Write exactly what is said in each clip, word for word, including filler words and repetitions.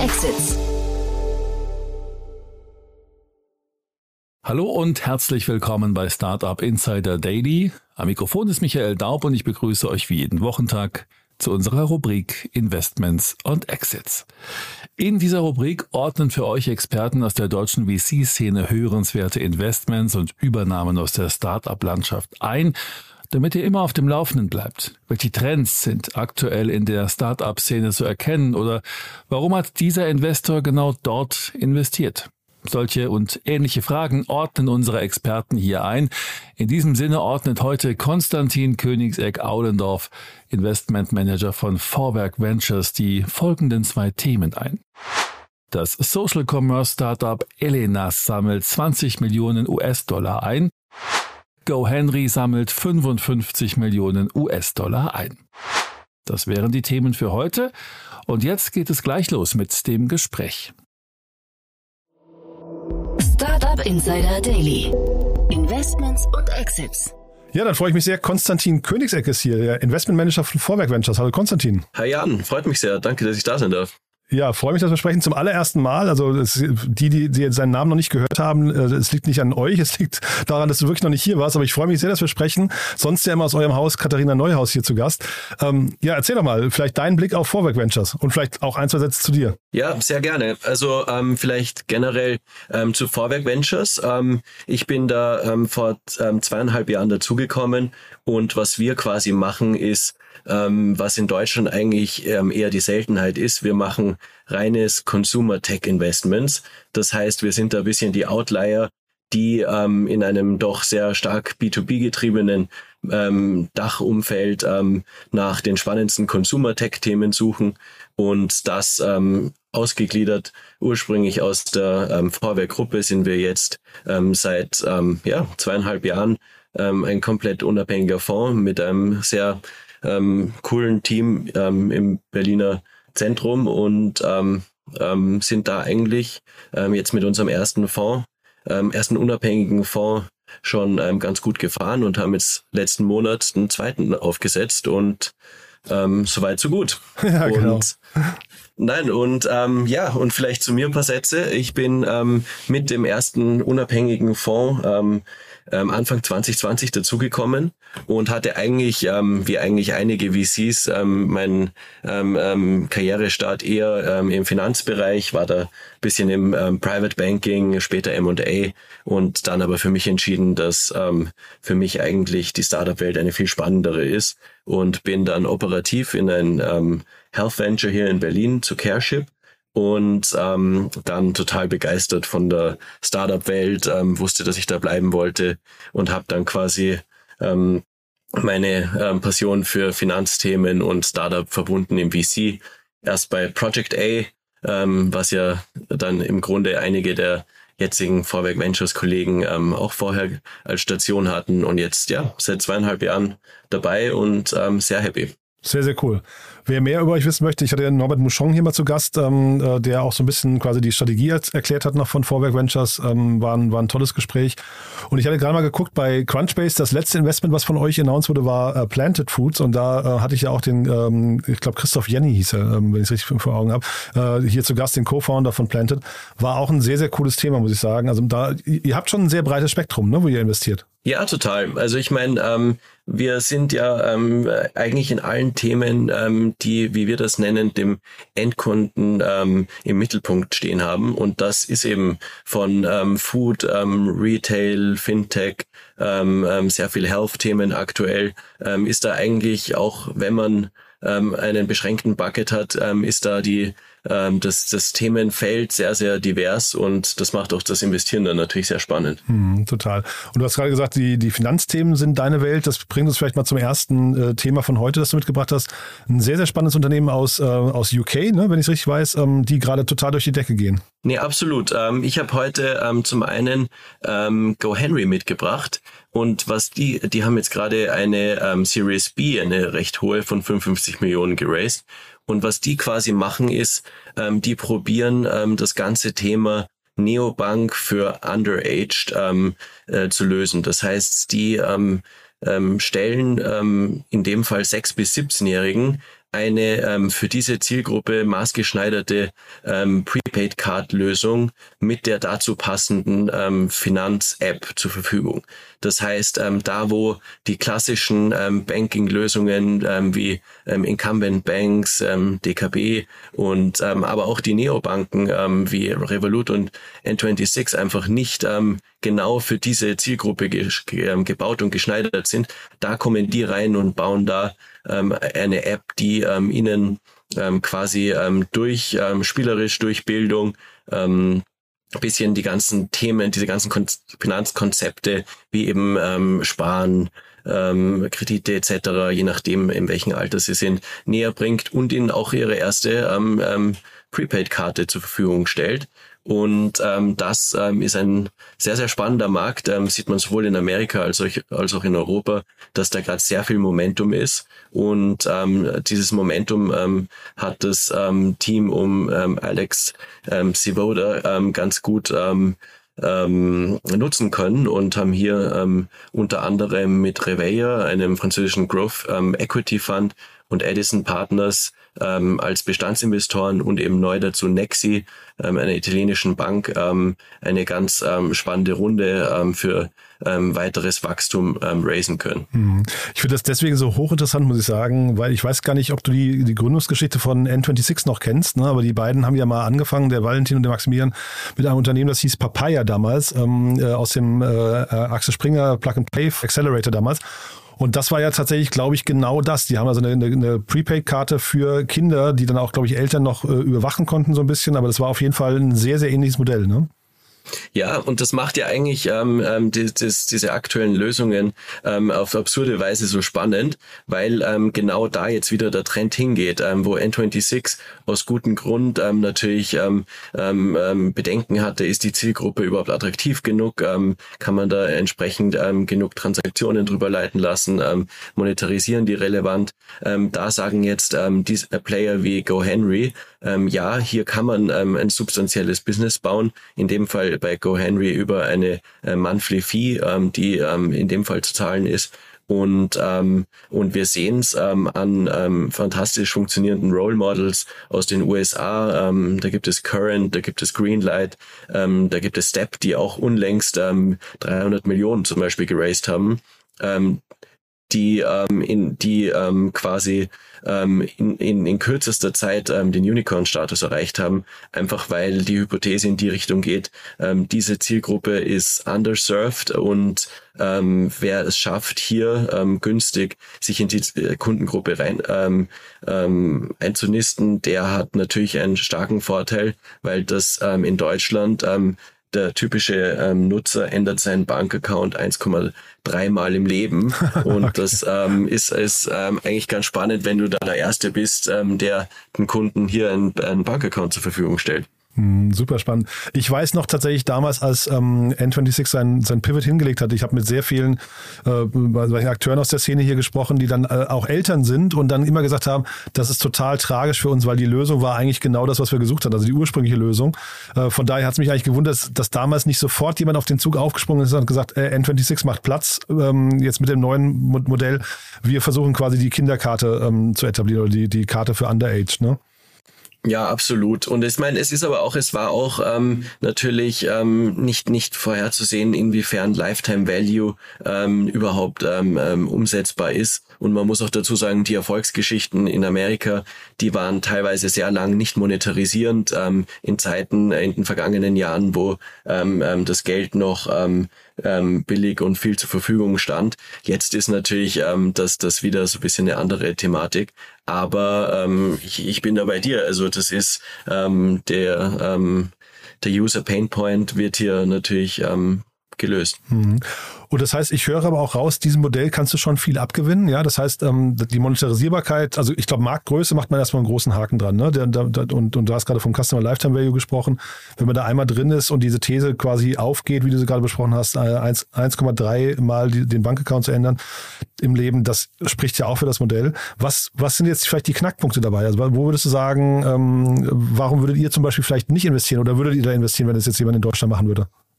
Exits. Hallo und herzlich willkommen bei Startup Insider Daily. Am Mikrofon ist Michael Daub und ich begrüße euch wie jeden Wochentag zu unserer Rubrik Investments und Exits. In dieser Rubrik ordnen für euch Experten aus der deutschen V C-Szene hörenswerte Investments und Übernahmen aus der Startup-Landschaft ein, damit ihr immer auf dem Laufenden bleibt. Welche Trends sind aktuell in der Startup-Szene zu erkennen oder warum hat dieser Investor genau dort investiert? Solche und ähnliche Fragen ordnen unsere Experten hier ein. In diesem Sinne ordnet heute Konstantin Königsegg-Aulendorf, Investmentmanager von Vorwerk Ventures, die folgenden zwei Themen ein. Das Social Commerce Startup Elenas sammelt zwanzig Millionen U S-Dollar ein. GoHenry sammelt fünfundfünfzig Millionen U S-Dollar ein. Das wären die Themen für heute. Und jetzt geht es gleich los mit dem Gespräch. Startup Insider Daily. Investments und Exits. Ja, dann freue ich mich sehr. Konstantin Königsegg ist hier, der Investmentmanager von Vorwerk Ventures. Hallo Konstantin. Hi Jan, freut mich sehr. Danke, dass ich da sein darf. Ja, freue mich, dass wir sprechen zum allerersten Mal. Also es, die, die, die seinen Namen noch nicht gehört haben, es liegt nicht an euch, es liegt daran, dass du wirklich noch nicht hier warst. Aber ich freue mich sehr, dass wir sprechen. Sonst ja immer aus eurem Haus Katharina Neuhaus hier zu Gast. Ähm, ja, erzähl doch mal, vielleicht deinen Blick auf Vorwerk Ventures und vielleicht auch ein, zwei Sätze zu dir. Ja, sehr gerne. Also ähm, vielleicht generell ähm, zu Vorwerk Ventures. Ähm, ich bin da ähm, vor ähm, zweieinhalb Jahren dazugekommen und was wir quasi machen ist, ähm, was in Deutschland eigentlich ähm, eher die Seltenheit ist. Wir machen reines Consumer Tech Investments. Das heißt, wir sind da ein bisschen die Outlier, die ähm, in einem doch sehr stark B zwei B getriebenen ähm, Dachumfeld ähm, nach den spannendsten Consumer Tech Themen suchen und das ähm, ausgegliedert. Ursprünglich aus der ähm, Vorwerk-Gruppe sind wir jetzt ähm, seit ähm, ja, zweieinhalb Jahren ähm, ein komplett unabhängiger Fonds mit einem sehr ähm, coolen Team ähm, im Berliner Zentrum und ähm, ähm, sind da eigentlich ähm, jetzt mit unserem ersten Fonds, ähm, ersten unabhängigen Fonds schon ähm, ganz gut gefahren und haben jetzt letzten Monat einen zweiten aufgesetzt und ähm, soweit so gut. Ja, genau. Und Nein, und ähm, ja, und vielleicht zu mir ein paar Sätze. Ich bin ähm, mit dem ersten unabhängigen Fonds ähm, ähm, Anfang zwanzig zwanzig dazugekommen und hatte eigentlich, ähm, wie eigentlich einige V Cs, ähm, meinen ähm, ähm, Karrierestart eher ähm, im Finanzbereich, war da ein bisschen im ähm, Private Banking, später M und A und dann aber für mich entschieden, dass ähm, für mich eigentlich die Startup-Welt eine viel spannendere ist und bin dann operativ in ein ähm, Health Venture hier in Berlin zu Careship und ähm, dann total begeistert von der Startup-Welt, ähm, wusste, dass ich da bleiben wollte und habe dann quasi ähm, meine ähm, Passion für Finanzthemen und Startup verbunden im V C. Erst bei Project A, ähm, was ja dann im Grunde einige der jetzigen Vorwerk Ventures Kollegen ähm, auch vorher als Station hatten und jetzt ja seit zweieinhalb Jahren dabei und ähm, sehr happy. Sehr, sehr cool. Wer mehr über euch wissen möchte, ich hatte ja Norbert Mouchon hier mal zu Gast, ähm, der auch so ein bisschen quasi die Strategie erklärt hat noch von Vorwerk Ventures. Ähm, war, ein, war ein tolles Gespräch. Und ich hatte gerade mal geguckt bei Crunchbase, das letzte Investment, was von euch announced wurde, war äh, Planted Foods. Und da äh, hatte ich ja auch den, ähm, ich glaube Christoph Jenny hieß er, ähm, wenn ich es richtig vor Augen habe, äh, hier zu Gast, den Co-Founder von Planted. War auch ein sehr, sehr cooles Thema, muss ich sagen. Also da, ihr habt schon ein sehr breites Spektrum, ne, wo ihr investiert. Ja, total. Also ich meine, ähm, wir sind ja ähm, eigentlich in allen Themen, ähm, die, wie wir das nennen, dem Endkunden ähm, im Mittelpunkt stehen haben. Und das ist eben von ähm, Food, ähm, Retail, Fintech, ähm, ähm, sehr viel Health-Themen aktuell. Ähm, ist da eigentlich auch, wenn man ähm, einen beschränkten Bucket hat, ähm, ist da die ähm, das, das Themenfeld sehr, sehr divers und das macht auch das Investieren dann natürlich sehr spannend. Hm, total. Und du hast gerade gesagt, die, die Finanzthemen sind deine Welt. Das bringt uns vielleicht mal zum ersten äh, Thema von heute, das du mitgebracht hast. Ein sehr, sehr spannendes Unternehmen aus, äh, aus U K, ne, wenn ich es richtig weiß, ähm, die gerade total durch die Decke gehen. Nee, absolut. Ähm, ich habe heute ähm, zum einen ähm, GoHenry mitgebracht. Und was die, die haben jetzt gerade eine ähm, Series B, eine recht hohe von fünfundfünfzig Millionen geraced. Und was die quasi machen ist, ähm, die probieren ähm, das ganze Thema Neobank für Underaged ähm, äh, zu lösen. Das heißt, die ähm, ähm, stellen ähm, in dem Fall sechs- bis siebzehnjährigen eine ähm, für diese Zielgruppe maßgeschneiderte ähm, Prepaid-Card-Lösung mit der dazu passenden ähm, Finanz-App zur Verfügung. Das heißt, ähm, da wo die klassischen ähm, Banking-Lösungen ähm, wie ähm, Incumbent Banks, ähm, D K B und ähm, aber auch die Neobanken ähm, wie Revolut und N sechsundzwanzig einfach nicht ähm, genau für diese Zielgruppe ge- ge- gebaut und geschneidert sind, da kommen die rein und bauen da ähm, eine App, die ähm, ihnen ähm, quasi ähm, durch ähm, spielerisch, durch Bildung ähm, ein bisschen die ganzen Themen, diese ganzen Kon- Finanzkonzepte wie eben ähm, Sparen, ähm, Kredite et cetera, je nachdem in welchem Alter sie sind, näher bringt und ihnen auch ihre erste ähm, ähm, Prepaid-Karte zur Verfügung stellt. Und ähm, das ähm, ist ein sehr, sehr spannender Markt. Ähm, sieht man sowohl in Amerika als auch, als auch in Europa, dass da gerade sehr viel Momentum ist. Und ähm, dieses Momentum ähm, hat das ähm, Team um ähm, Alex ähm, Sivoda ähm, ganz gut ähm, ähm, nutzen können und haben hier ähm, unter anderem mit Reveilla, einem französischen Growth ähm, Equity Fund, und Edison Partners ähm, als Bestandsinvestoren und eben neu dazu Nexi, ähm, einer italienischen Bank, ähm, eine ganz ähm, spannende Runde ähm, für ähm, weiteres Wachstum ähm, raisen können. Ich finde das deswegen so hochinteressant, muss ich sagen, weil ich weiß gar nicht, ob du die, die Gründungsgeschichte von N sechsundzwanzig noch kennst, ne? Aber die beiden haben ja mal angefangen, der Valentin und der Maximilian, mit einem Unternehmen, das hieß Papaya damals, ähm, äh, aus dem äh, Axel Springer Plug-and-Play Accelerator damals. Und das war ja tatsächlich, glaube ich, genau das. Die haben also eine, eine Prepaid-Karte für Kinder, die dann auch, glaube ich, Eltern noch äh, überwachen konnten so ein bisschen. Aber das war auf jeden Fall ein sehr, sehr ähnliches Modell, ne? Ja, und das macht ja eigentlich ähm, ähm, die, das, diese aktuellen Lösungen ähm, auf absurde Weise so spannend, weil ähm, genau da jetzt wieder der Trend hingeht, ähm, wo N sechsundzwanzig aus gutem Grund ähm, natürlich ähm, ähm, Bedenken hatte, ist die Zielgruppe überhaupt attraktiv genug, ähm, kann man da entsprechend ähm, genug Transaktionen drüber leiten lassen, ähm, monetarisieren die relevant. Ähm, da sagen jetzt ähm, die Player wie GoHenry, ähm, ja, hier kann man ähm, ein substanzielles Business bauen, in dem Fall bei GoHenry über eine äh, Monthly Fee, ähm, die ähm, in dem Fall zu zahlen ist. Und ähm, und wir sehen es ähm, an ähm, fantastisch funktionierenden Role Models aus den U S A. Ähm, da gibt es Current, da gibt es Greenlight, ähm, da gibt es Step, die auch unlängst ähm, dreihundert Millionen zum Beispiel geraced haben. Ähm, die ähm, in die ähm, quasi ähm, in, in in kürzester Zeit ähm, den Unicorn-Status erreicht haben, einfach weil die Hypothese in die Richtung geht, ähm, diese Zielgruppe ist underserved und ähm, wer es schafft, hier ähm, günstig sich in die Kundengruppe rein ähm, ähm, einzunisten, der hat natürlich einen starken Vorteil, weil das ähm, in Deutschland ähm, der typische ähm, Nutzer ändert seinen Bankaccount eins Komma drei Mal im Leben und okay. das ähm, ist, ist ähm, eigentlich ganz spannend, wenn du da der Erste bist, ähm, der den Kunden hier einen, einen Bankaccount zur Verfügung stellt. Super spannend. Ich weiß noch tatsächlich damals, als ähm, N sechsundzwanzig sein, sein Pivot hingelegt hat, ich habe mit sehr vielen äh, Akteuren aus der Szene hier gesprochen, die dann äh, auch Eltern sind und dann immer gesagt haben, das ist total tragisch für uns, weil die Lösung war eigentlich genau das, was wir gesucht haben, also die ursprüngliche Lösung. Äh, von daher hat es mich eigentlich gewundert, dass, dass damals nicht sofort jemand auf den Zug aufgesprungen ist und gesagt, äh, N sechsundzwanzig macht Platz, ähm, jetzt mit dem neuen Mo- Modell. Wir versuchen quasi die Kinderkarte ähm, zu etablieren oder die, die Karte für Underage, ne? Ja, absolut. Und ich meine, es ist aber auch, es war auch ähm, natürlich ähm, nicht nicht vorherzusehen, inwiefern Lifetime Value ähm, überhaupt ähm, ähm, umsetzbar ist. Und man muss auch dazu sagen, die Erfolgsgeschichten in Amerika, die waren teilweise sehr lang nicht monetarisierend ähm, in Zeiten in den vergangenen Jahren, wo ähm, ähm, das Geld noch ähm, ähm, billig und viel zur Verfügung stand. Jetzt ist natürlich ähm, das das wieder so ein bisschen eine andere Thematik. Aber ähm, ich, ich bin da bei dir. Also das ist ähm, der ähm, der User Pain Point wird hier natürlich ähm, gelöst. Mhm. Und das heißt, ich höre aber auch raus, diesem Modell kannst du schon viel abgewinnen. Ja, das heißt, ähm, die Monetarisierbarkeit, also ich glaube, Marktgröße macht man erstmal einen großen Haken dran. Ne? Der, der, der, und, und du hast gerade vom Customer Lifetime Value gesprochen. Wenn man da einmal drin ist und diese These quasi aufgeht, wie du sie gerade besprochen hast, eins Komma drei Mal die, den Bankaccount zu ändern im Leben, das spricht ja auch für das Modell. Was, was sind jetzt vielleicht die Knackpunkte dabei? Also wo würdest du sagen, ähm, warum würdet ihr zum Beispiel vielleicht nicht investieren oder würdet ihr da investieren, wenn das jetzt jemand in Deutschland machen würde?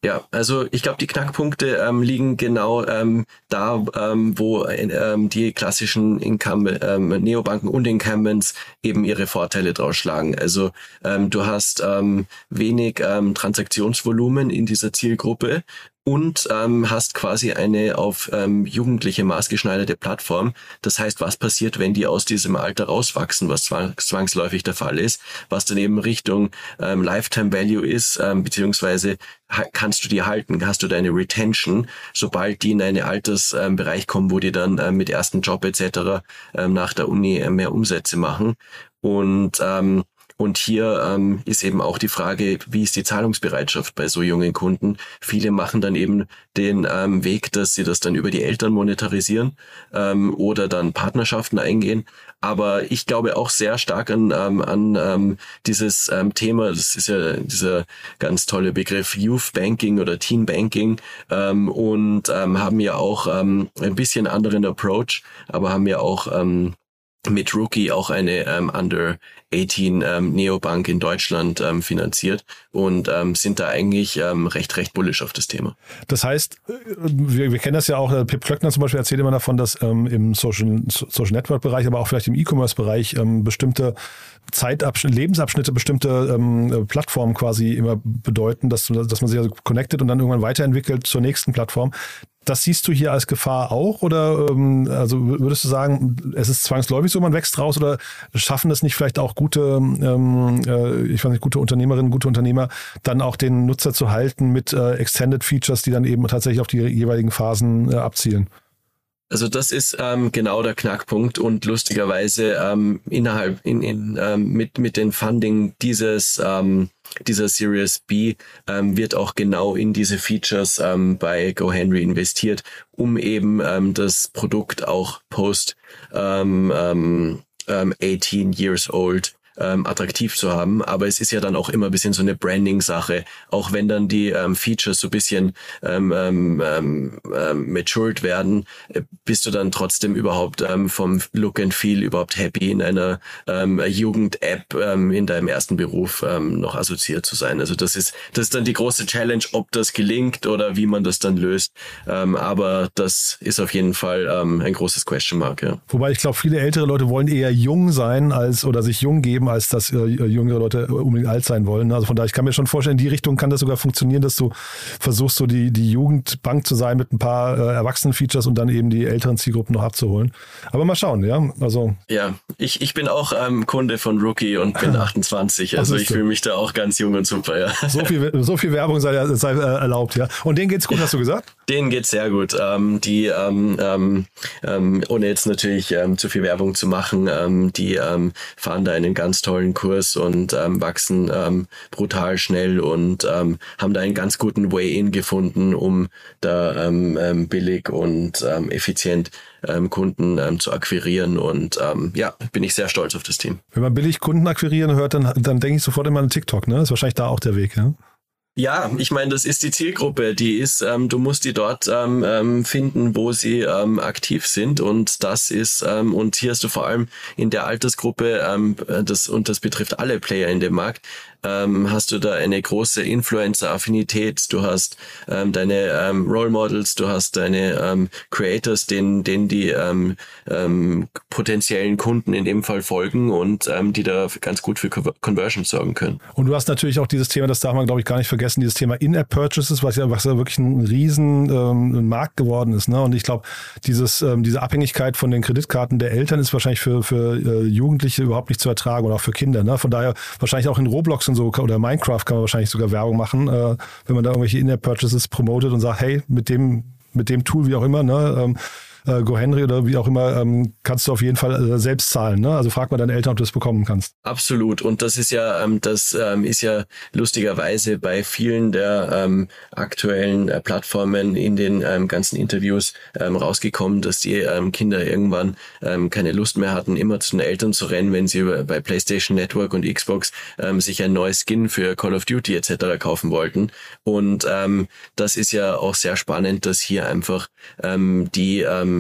Ja, also ich glaube, die Knackpunkte ähm, liegen genau ähm, da, ähm, wo ähm, die klassischen Incumb- ähm, Neobanken und Incumbents eben ihre Vorteile draus schlagen. Also ähm, du hast ähm, wenig ähm, Transaktionsvolumen in dieser Zielgruppe und ähm, hast quasi eine auf ähm, Jugendliche maßgeschneiderte Plattform. Das heißt, was passiert, wenn die aus diesem Alter rauswachsen, was zwang- zwangsläufig der Fall ist, was dann eben Richtung ähm, Lifetime Value ist, ähm, beziehungsweise ha- kannst du die halten, hast du deine Retention, sobald die in einen Altersbereich ähm, kommen, wo die dann ähm, mit ersten Job et cetera ähm, nach der Uni äh, mehr Umsätze machen. Und ähm, Und hier ähm, ist eben auch die Frage, wie ist die Zahlungsbereitschaft bei so jungen Kunden? Viele machen dann eben den ähm, Weg, dass sie das dann über die Eltern monetarisieren ähm, oder dann Partnerschaften eingehen. Aber ich glaube auch sehr stark an, ähm, an ähm, dieses ähm, Thema, das ist ja dieser ganz tolle Begriff Youth Banking oder Teen Banking ähm, und ähm, haben ja auch ähm, ein bisschen anderen Approach, aber haben ja auch ähm, mit Rookie auch eine ähm, Under achtzehn ähm, Neobank in Deutschland ähm, finanziert und ähm, sind da eigentlich ähm, recht, recht bullish auf das Thema. Das heißt, wir, wir kennen das ja auch, Pip Klöckner zum Beispiel erzählt immer davon, dass ähm, im Social, Social Network Bereich, aber auch vielleicht im E-Commerce Bereich ähm, bestimmte Zeitabschnitte, Lebensabschnitte, bestimmte ähm, Plattformen quasi immer bedeuten, dass, dass man sich also connectet und dann irgendwann weiterentwickelt zur nächsten Plattform. Das siehst du hier als Gefahr auch oder ähm, also würdest du sagen, es ist zwangsläufig so, man wächst raus oder schaffen es nicht vielleicht auch gute, ähm, äh, ich weiß nicht, gute Unternehmerinnen, gute Unternehmer, dann auch den Nutzer zu halten mit äh, Extended Features, die dann eben tatsächlich auf die jeweiligen Phasen äh, abzielen? Also das ist ähm, genau der Knackpunkt und lustigerweise ähm, innerhalb in, in ähm, mit mit den Funding dieses ähm, dieser Series B ähm, wird auch genau in diese Features ähm, bei GoHenry investiert, um eben ähm, das Produkt auch post ähm, ähm, achtzehn years old ähm, attraktiv zu haben, aber es ist ja dann auch immer ein bisschen so eine Branding-Sache, auch wenn dann die ähm, Features so ein bisschen ähm, ähm, ähm, matured werden, äh, bist du dann trotzdem überhaupt ähm, vom Look and Feel überhaupt happy, in einer ähm, Jugend-App ähm, in deinem ersten Beruf ähm, noch assoziiert zu sein. Also das ist das ist dann die große Challenge, ob das gelingt oder wie man das dann löst, ähm, aber das ist auf jeden Fall ähm, ein großes Question Mark, ja. Wobei ich glaube, viele ältere Leute wollen eher jung sein als oder sich jung geben, als dass äh, jüngere Leute unbedingt alt sein wollen. Also von daher, ich kann mir schon vorstellen, in die Richtung kann das sogar funktionieren, dass du versuchst, so die, die Jugendbank zu sein mit ein paar äh, Erwachsenen-Features und dann eben die älteren Zielgruppen noch abzuholen. Aber mal schauen, ja. Also ja, ich, ich bin auch ähm, Kunde von Rookie und bin achtundzwanzig, also ich fühle mich da auch ganz jung und super, ja. So viel, so viel Werbung sei, sei äh, erlaubt, ja. Und denen geht's gut, hast du gesagt? Denen geht's sehr gut. Ähm, die, ähm, ähm, ähm, ohne jetzt natürlich ähm, zu viel Werbung zu machen, ähm, die ähm, fahren da einen ganz tollen Kurs und ähm, wachsen ähm, brutal schnell und ähm, haben da einen ganz guten Way-in gefunden, um da ähm, ähm, billig und ähm, effizient ähm, Kunden ähm, zu akquirieren und ähm, ja, bin ich sehr stolz auf das Team. Wenn man billig Kunden akquirieren hört, dann, dann denke ich sofort immer an TikTok, ne? Ist wahrscheinlich da auch der Weg, ja? Ja, ich meine, das ist die Zielgruppe, die ist, ähm, du musst die dort ähm, ähm, finden, wo sie ähm, aktiv sind und das ist, ähm, und hier hast du vor allem in der Altersgruppe, ähm, das und das betrifft alle Player in dem Markt, ähm, hast du da eine große Influencer-Affinität, du hast ähm, deine ähm, Role Models, du hast deine ähm, Creators, denen, denen die ähm, ähm, potenziellen Kunden in dem Fall folgen und ähm, die da ganz gut für Conversion sorgen können. Und du hast natürlich auch dieses Thema, das darf man glaube ich gar nicht vergessen, dieses Thema In-App-Purchases, was ja, was ja wirklich ein riesen ähm, Markt geworden ist. Ne? Und ich glaube, dieses ähm, diese Abhängigkeit von den Kreditkarten der Eltern ist wahrscheinlich für, für äh, Jugendliche überhaupt nicht zu ertragen oder auch für Kinder. Ne? Von daher wahrscheinlich auch in Roblox und so oder Minecraft kann man wahrscheinlich sogar Werbung machen, äh, wenn man da irgendwelche In-App-Purchases promotet und sagt, hey, mit dem, mit dem Tool, wie auch immer, ne, ähm, äh, GoHenry oder wie auch immer, ähm, kannst du auf jeden Fall äh, selbst zahlen. Ne? Also frag mal deine Eltern, ob du das bekommen kannst. Absolut. Und das ist ja, ähm, das ähm, ist ja lustigerweise bei vielen der ähm, aktuellen äh, Plattformen in den ähm, ganzen Interviews ähm, rausgekommen, dass die ähm, Kinder irgendwann ähm, keine Lust mehr hatten, immer zu den Eltern zu rennen, wenn sie bei PlayStation Network und Xbox ähm, sich ein neues Skin für Call of Duty et cetera kaufen wollten. Und ähm, das ist ja auch sehr spannend, dass hier einfach ähm, die ähm,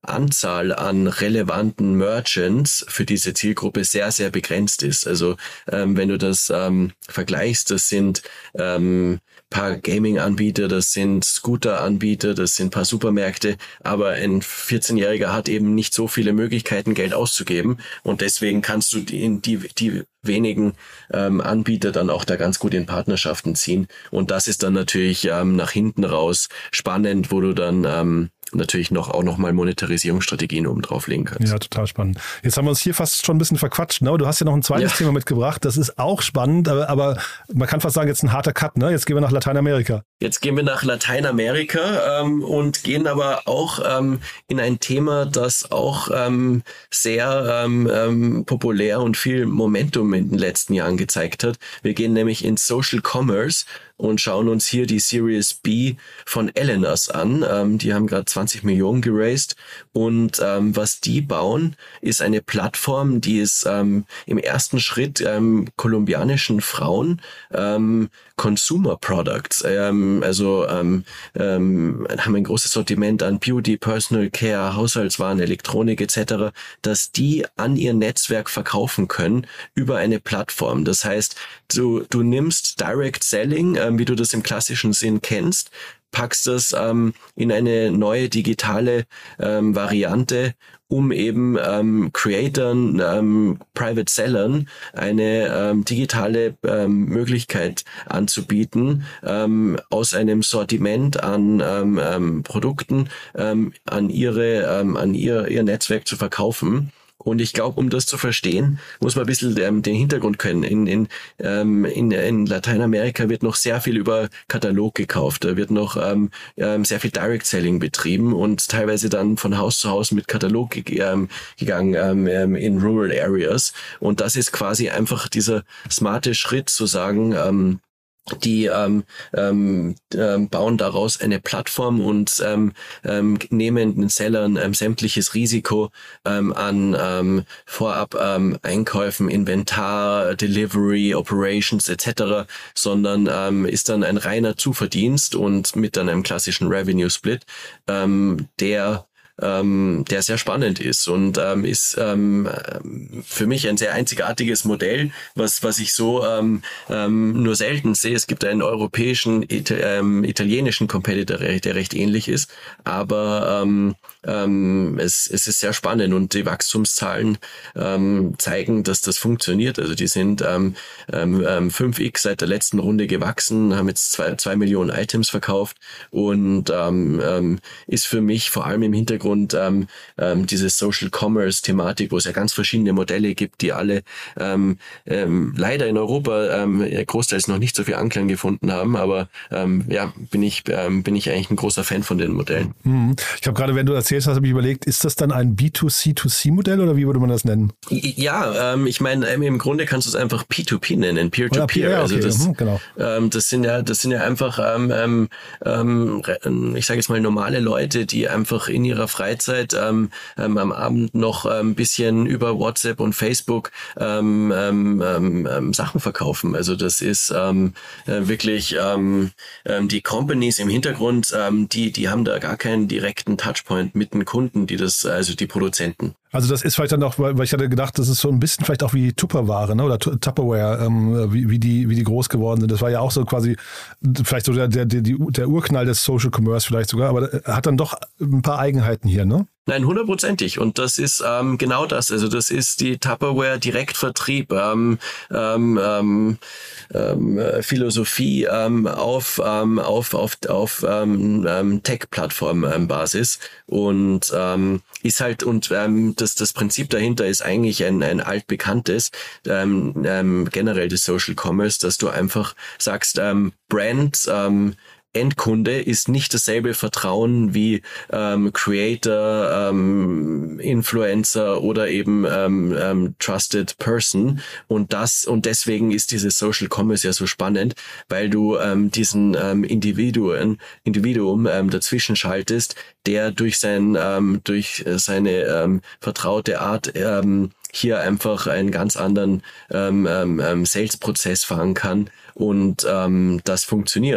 Anzahl an relevanten Merchants für diese Zielgruppe sehr, sehr begrenzt ist. Also ähm, wenn du das ähm, vergleichst, das sind ähm, paar Gaming-Anbieter, das sind Scooter-Anbieter, das sind paar Supermärkte, aber ein vierzehnjähriger hat eben nicht so viele Möglichkeiten, Geld auszugeben und deswegen kannst du die, die, die wenigen ähm, Anbieter dann auch da ganz gut in Partnerschaften ziehen und das ist dann natürlich ähm, nach hinten raus spannend, wo du dann ähm, natürlich noch auch noch mal Monetarisierungsstrategien oben drauflegen kannst. Ja, total spannend. Jetzt haben wir uns hier fast schon ein bisschen verquatscht, ne? Du hast ja noch ein zweites ja. Thema mitgebracht, das ist auch spannend, aber, aber man kann fast sagen, jetzt ein harter Cut, ne? Jetzt gehen wir nach Lateinamerika. Jetzt gehen wir nach Lateinamerika ähm, und gehen aber auch ähm, in ein Thema, das auch ähm, sehr ähm, ähm, populär und viel Momentum in den letzten Jahren gezeigt hat. Wir gehen nämlich in Social Commerce und schauen uns hier die Series B von Elenas an. Ähm, die haben gerade zwanzig Millionen geraced und ähm, was die bauen, ist eine Plattform, die es ähm, im ersten Schritt ähm, kolumbianischen Frauen ähm, Consumer Products, ähm, also ähm, ähm, haben ein großes Sortiment an Beauty, Personal Care, Haushaltswaren, Elektronik et cetera, dass die an ihr Netzwerk verkaufen können über eine Plattform. Das heißt, du du nimmst Direct Selling, ähm, wie du das im klassischen Sinn kennst, packst das ähm, in eine neue digitale ähm, Variante, um eben ähm, Creatoren, ähm, Private Sellern eine ähm, digitale ähm, Möglichkeit anzubieten, ähm, aus einem Sortiment an ähm, ähm, Produkten ähm, an ihre ähm, an ihr ihr Netzwerk zu verkaufen. Und ich glaube, um das zu verstehen, muss man ein bisschen ähm, den Hintergrund können. In, in, ähm, in, in Lateinamerika wird noch sehr viel über Katalog gekauft. Da wird noch ähm, ähm, sehr viel Direct Selling betrieben und teilweise dann von Haus zu Haus mit Katalog ge- ähm, gegangen ähm, in Rural Areas. Und das ist quasi einfach dieser smarte Schritt zu sagen, ähm, die ähm, ähm, ähm, bauen daraus eine Plattform und ähm, ähm, nehmen den Sellern ähm, sämtliches Risiko ähm, an ähm, vorab ähm, Einkäufen, Inventar, Delivery, Operations et cetera, sondern ähm, ist dann ein reiner Zuverdienst und mit dann einem klassischen Revenue Split, ähm, der Ähm, der sehr spannend ist und ähm, ist ähm, für mich ein sehr einzigartiges Modell, was was ich so ähm, ähm, nur selten sehe. Es gibt einen europäischen, Ita- ähm, italienischen Competitor, der recht ähnlich ist, aber ähm, ähm, es, es ist sehr spannend und die Wachstumszahlen ähm, zeigen, dass das funktioniert. Also die sind ähm, ähm, fünf x seit der letzten Runde gewachsen, haben jetzt zwei, zwei Millionen Items verkauft und ähm, ähm, ist für mich vor allem im Hintergrund und ähm, ähm, diese Social Commerce Thematik, wo es ja ganz verschiedene Modelle gibt, die alle ähm, ähm, leider in Europa ähm, großteils noch nicht so viel Anklang gefunden haben, aber ähm, ja, bin ich ähm, bin ich eigentlich ein großer Fan von den Modellen. Mhm. Ich habe gerade, wenn du erzählst hast, habe ich überlegt, ist das dann ein B zwei C zwei C Modell oder wie würde man das nennen? Ja, ähm, ich meine, ähm, im Grunde kannst du es einfach P zwei P nennen, Peer-to-Peer. Ja, okay. Also das, mhm, genau. ähm, das sind ja, das sind ja einfach, ähm, ähm, ich sage jetzt mal normale Leute, die einfach in ihrer Freizeit ähm, ähm, am Abend noch ein ähm, bisschen über WhatsApp und Facebook ähm, ähm, ähm, Sachen verkaufen. Also das ist ähm, äh, wirklich ähm, ähm, die Companies im Hintergrund, ähm, die die haben da gar keinen direkten Touchpoint mit den Kunden, die das, also die Produzenten. Also das ist vielleicht dann auch, weil ich hatte gedacht, das ist so ein bisschen vielleicht auch wie Tupperware, ne? Oder Tupperware, ähm, wie, wie die wie die groß geworden sind. Das war ja auch so quasi vielleicht so der der der, der Urknall des Social Commerce vielleicht sogar, aber hat dann doch ein paar Eigenheiten hier, ne? Nein, hundertprozentig. Und das ist ähm, genau das. Also das ist die Tupperware Direktvertrieb, ähm, ähm, ähm, ähm, Philosophie ähm, auf ähm, auf auf auf ähm, ähm, Tech-Plattform-Basis und ähm, ist halt und ähm, das das Prinzip dahinter ist eigentlich ein ein altbekanntes ähm, ähm, generell des Social Commerce, dass du einfach sagst, ähm, Brand ähm, Endkunde ist nicht dasselbe Vertrauen wie ähm, Creator, ähm, Influencer oder eben ähm, ähm, Trusted Person und das und deswegen ist dieses Social Commerce ja so spannend, weil du ähm, diesen ähm, Individuen, Individuum ähm, dazwischen schaltest, der durch sein ähm, durch seine ähm, vertraute Art ähm, hier einfach einen ganz anderen ähm, ähm, Sales-Prozess fahren kann und ähm, das funktioniert.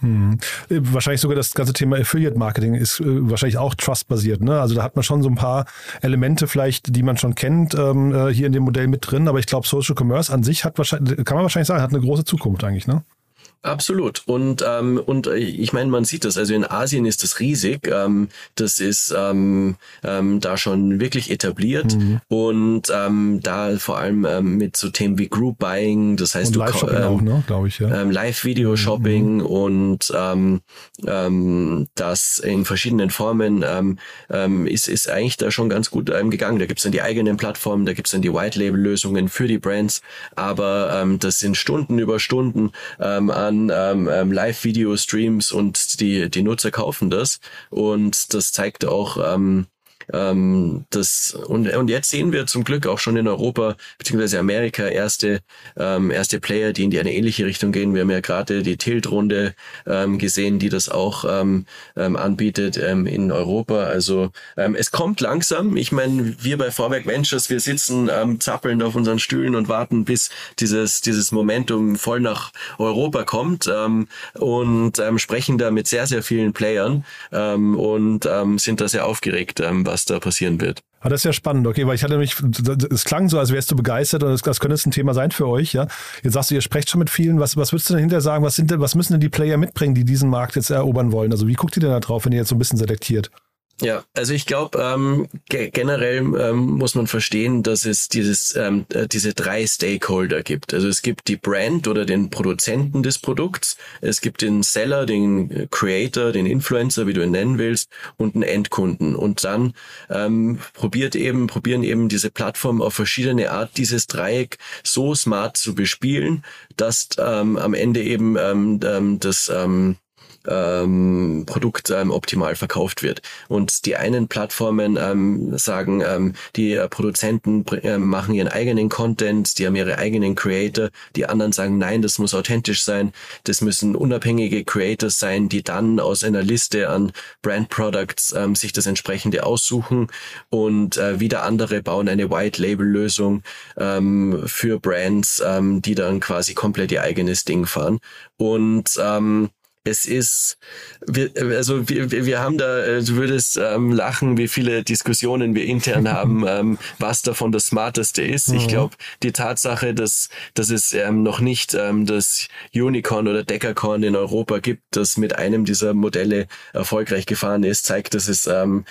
Hm. Wahrscheinlich sogar das ganze Thema Affiliate-Marketing ist äh, wahrscheinlich auch Trust-basiert. Ne? Also da hat man schon so ein paar Elemente vielleicht, die man schon kennt, ähm, äh, hier in dem Modell mit drin. Aber ich glaube, Social Commerce an sich hat wahrscheinlich, kann man wahrscheinlich sagen, hat eine große Zukunft eigentlich, ne? Absolut. Und ähm, und ich meine, man sieht das. Also in Asien ist das riesig. Ähm, das ist ähm, ähm, da schon wirklich etabliert mhm. und ähm, da vor allem ähm, mit so Themen wie Group Buying. Das heißt, und du Live-Shopping ähm, auch, ne, glaube ich. Ja. Ähm, Live-Video-Shopping mhm. und ähm, ähm, das in verschiedenen Formen ähm, ähm, ist ist eigentlich da schon ganz gut ähm, gegangen. Da gibt's dann die eigenen Plattformen, da gibt's dann die White-Label-Lösungen für die Brands. Aber ähm, das sind Stunden über Stunden ähm, an Ähm, ähm, Live-Video-Streams und die die Nutzer kaufen das und das zeigt auch ähm, ähm, das und und jetzt sehen wir zum Glück auch schon in Europa beziehungsweise Amerika erste ähm, erste Player, die in die eine ähnliche Richtung gehen. Wir haben ja gerade die Tilt-Runde ähm, gesehen, die das auch ähm, ähm, anbietet ähm, in Europa. Also ähm, es kommt langsam. Ich meine, wir bei Vorwerk Ventures, wir sitzen ähm, zappelnd auf unseren Stühlen und warten, bis dieses dieses Momentum voll nach Europa kommt ähm, und ähm, sprechen da mit sehr sehr vielen Playern ähm, und ähm, sind da sehr aufgeregt, ähm, was da passieren wird. Ah, das ist ja spannend, okay, weil ich hatte nämlich, es klang so, als wärst du begeistert und das, das könnte jetzt ein Thema sein für euch, ja. Jetzt sagst du, ihr sprecht schon mit vielen, was, was würdest du denn hinterher sagen, was sind denn, was müssen denn die Player mitbringen, die diesen Markt jetzt erobern wollen? Also wie guckt ihr denn da drauf, wenn ihr jetzt so ein bisschen selektiert? Ja, also ich glaube, ähm, ge- generell ähm, muss man verstehen, dass es dieses ähm, äh, diese drei Stakeholder gibt. Also es gibt die Brand oder den Produzenten des Produkts, es gibt den Seller, den Creator, den Influencer, wie du ihn nennen willst, und einen Endkunden. Und dann ähm, probiert eben probieren eben diese Plattformen auf verschiedene Art dieses Dreieck so smart zu bespielen, dass ähm, am Ende eben ähm, ähm, das ähm, ähm, Produkt ähm, optimal verkauft wird. Und die einen Plattformen ähm, sagen, ähm, die äh, Produzenten äh, machen ihren eigenen Content, die haben ihre eigenen Creator, die anderen sagen, nein, das muss authentisch sein, das müssen unabhängige Creators sein, die dann aus einer Liste an Brand Products ähm, sich das entsprechende aussuchen und äh, wieder andere bauen eine White-Label-Lösung ähm, für Brands, ähm, die dann quasi komplett ihr eigenes Ding fahren. Und ähm, Es ist, wir, also wir, wir haben da, du würdest ähm, lachen, wie viele Diskussionen wir intern haben, ähm, was davon das Smarteste ist. Mhm. Ich glaube, die Tatsache, dass, dass es ähm, noch nicht ähm, das Unicorn oder Decacorn in Europa gibt, das mit einem dieser Modelle erfolgreich gefahren ist, zeigt, dass es ähm,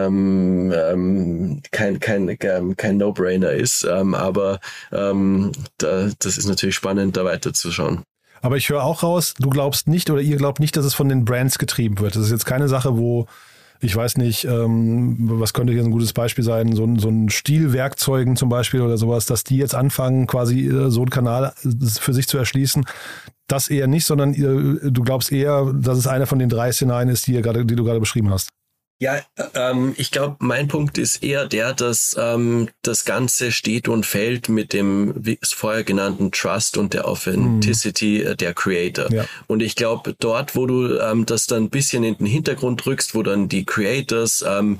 ähm, kein kein ähm, kein No-Brainer ist. Ähm, aber ähm, da, das ist natürlich spannend, da weiterzuschauen. Aber ich höre auch raus, du glaubst nicht oder ihr glaubt nicht, dass es von den Brands getrieben wird. Das ist jetzt keine Sache, wo, ich weiß nicht, ähm, was könnte hier ein gutes Beispiel sein, so ein, so ein Stilwerkzeugen zum Beispiel oder sowas, dass die jetzt anfangen, quasi so einen Kanal für sich zu erschließen. Das eher nicht, sondern ihr, du glaubst eher, dass es einer von den drei Szenarien ist, die, ihr gerade, die du gerade beschrieben hast. Ja, ähm, ich glaube, mein Punkt ist eher der, dass ähm, das Ganze steht und fällt mit dem, wie es vorher genannten Trust und der Authenticity mm. der Creator. Ja. Und ich glaube, dort, wo du ähm, das dann ein bisschen in den Hintergrund rückst, wo dann die Creators ähm,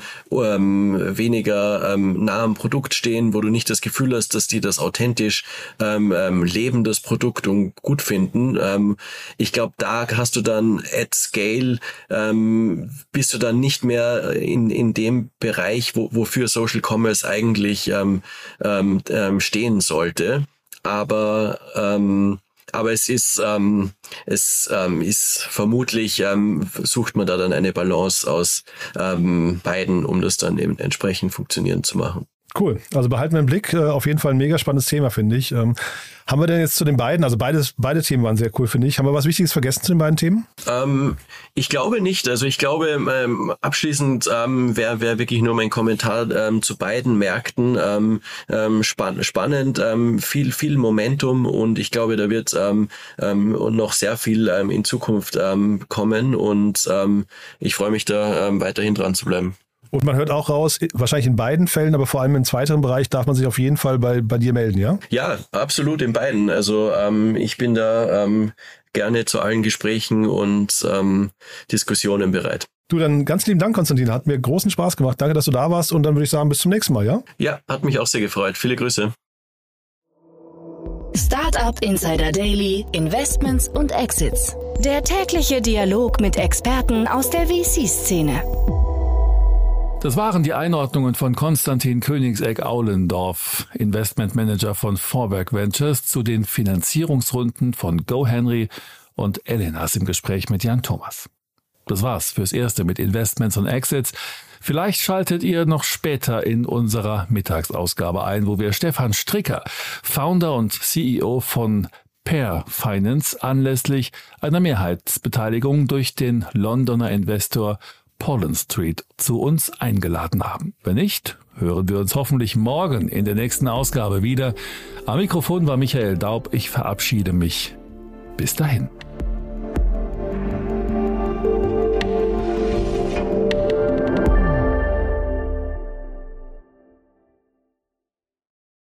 ähm, weniger ähm, nah am Produkt stehen, wo du nicht das Gefühl hast, dass die das authentisch ähm, ähm, leben, das Produkt und gut finden. Ähm, ich glaube, da hast du dann at scale, ähm, bist du dann nicht mehr in in dem Bereich, wo, wofür Social Commerce eigentlich ähm, ähm, stehen sollte. Aber ähm, aber es ist ähm, es ähm, ist vermutlich ähm, sucht man da dann eine Balance aus ähm, beiden, um das dann eben entsprechend funktionieren zu machen. Cool. Also behalten wir im Blick. Äh, auf jeden Fall ein mega spannendes Thema, finde ich. Ähm, haben wir denn jetzt zu den beiden, also beides, beide Themen waren sehr cool, finde ich. Haben wir was Wichtiges vergessen zu den beiden Themen? Ähm, ich glaube nicht. Also ich glaube, ähm, abschließend ähm, wäre wär wirklich nur mein Kommentar ähm, zu beiden Märkten ähm, ähm, spann- spannend, ähm, viel, viel Momentum und ich glaube, da wird ähm, ähm, noch sehr viel ähm, in Zukunft ähm, kommen und ähm, ich freue mich da ähm, weiterhin dran zu bleiben. Und man hört auch raus, wahrscheinlich in beiden Fällen, aber vor allem im zweiteren Bereich darf man sich auf jeden Fall bei, bei dir melden, ja? Ja, absolut in beiden. Also ähm, ich bin da ähm, gerne zu allen Gesprächen und ähm, Diskussionen bereit. Du, dann ganz lieben Dank, Konstantin. Hat mir großen Spaß gemacht. Danke, dass du da warst und dann würde ich sagen, bis zum nächsten Mal, ja? Ja, hat mich auch sehr gefreut. Viele Grüße. Startup Insider Daily, Investments und Exits. Der tägliche Dialog mit Experten aus der V C-Szene. Das waren die Einordnungen von Konstantin Königsegg-Aulendorf, Investmentmanager von Vorwerk Ventures, zu den Finanzierungsrunden von GoHenry und Elenas im Gespräch mit Jan Thomas. Das war's fürs Erste mit Investments und Exits. Vielleicht schaltet ihr noch später in unserer Mittagsausgabe ein, wo wir Stefan Stricker, Founder und C E O von Pair Finance, anlässlich einer Mehrheitsbeteiligung durch den Londoner Investor Pollen Street zu uns eingeladen haben. Wenn nicht, hören wir uns hoffentlich morgen in der nächsten Ausgabe wieder. Am Mikrofon war Michael Daub. Ich verabschiede mich. Bis dahin.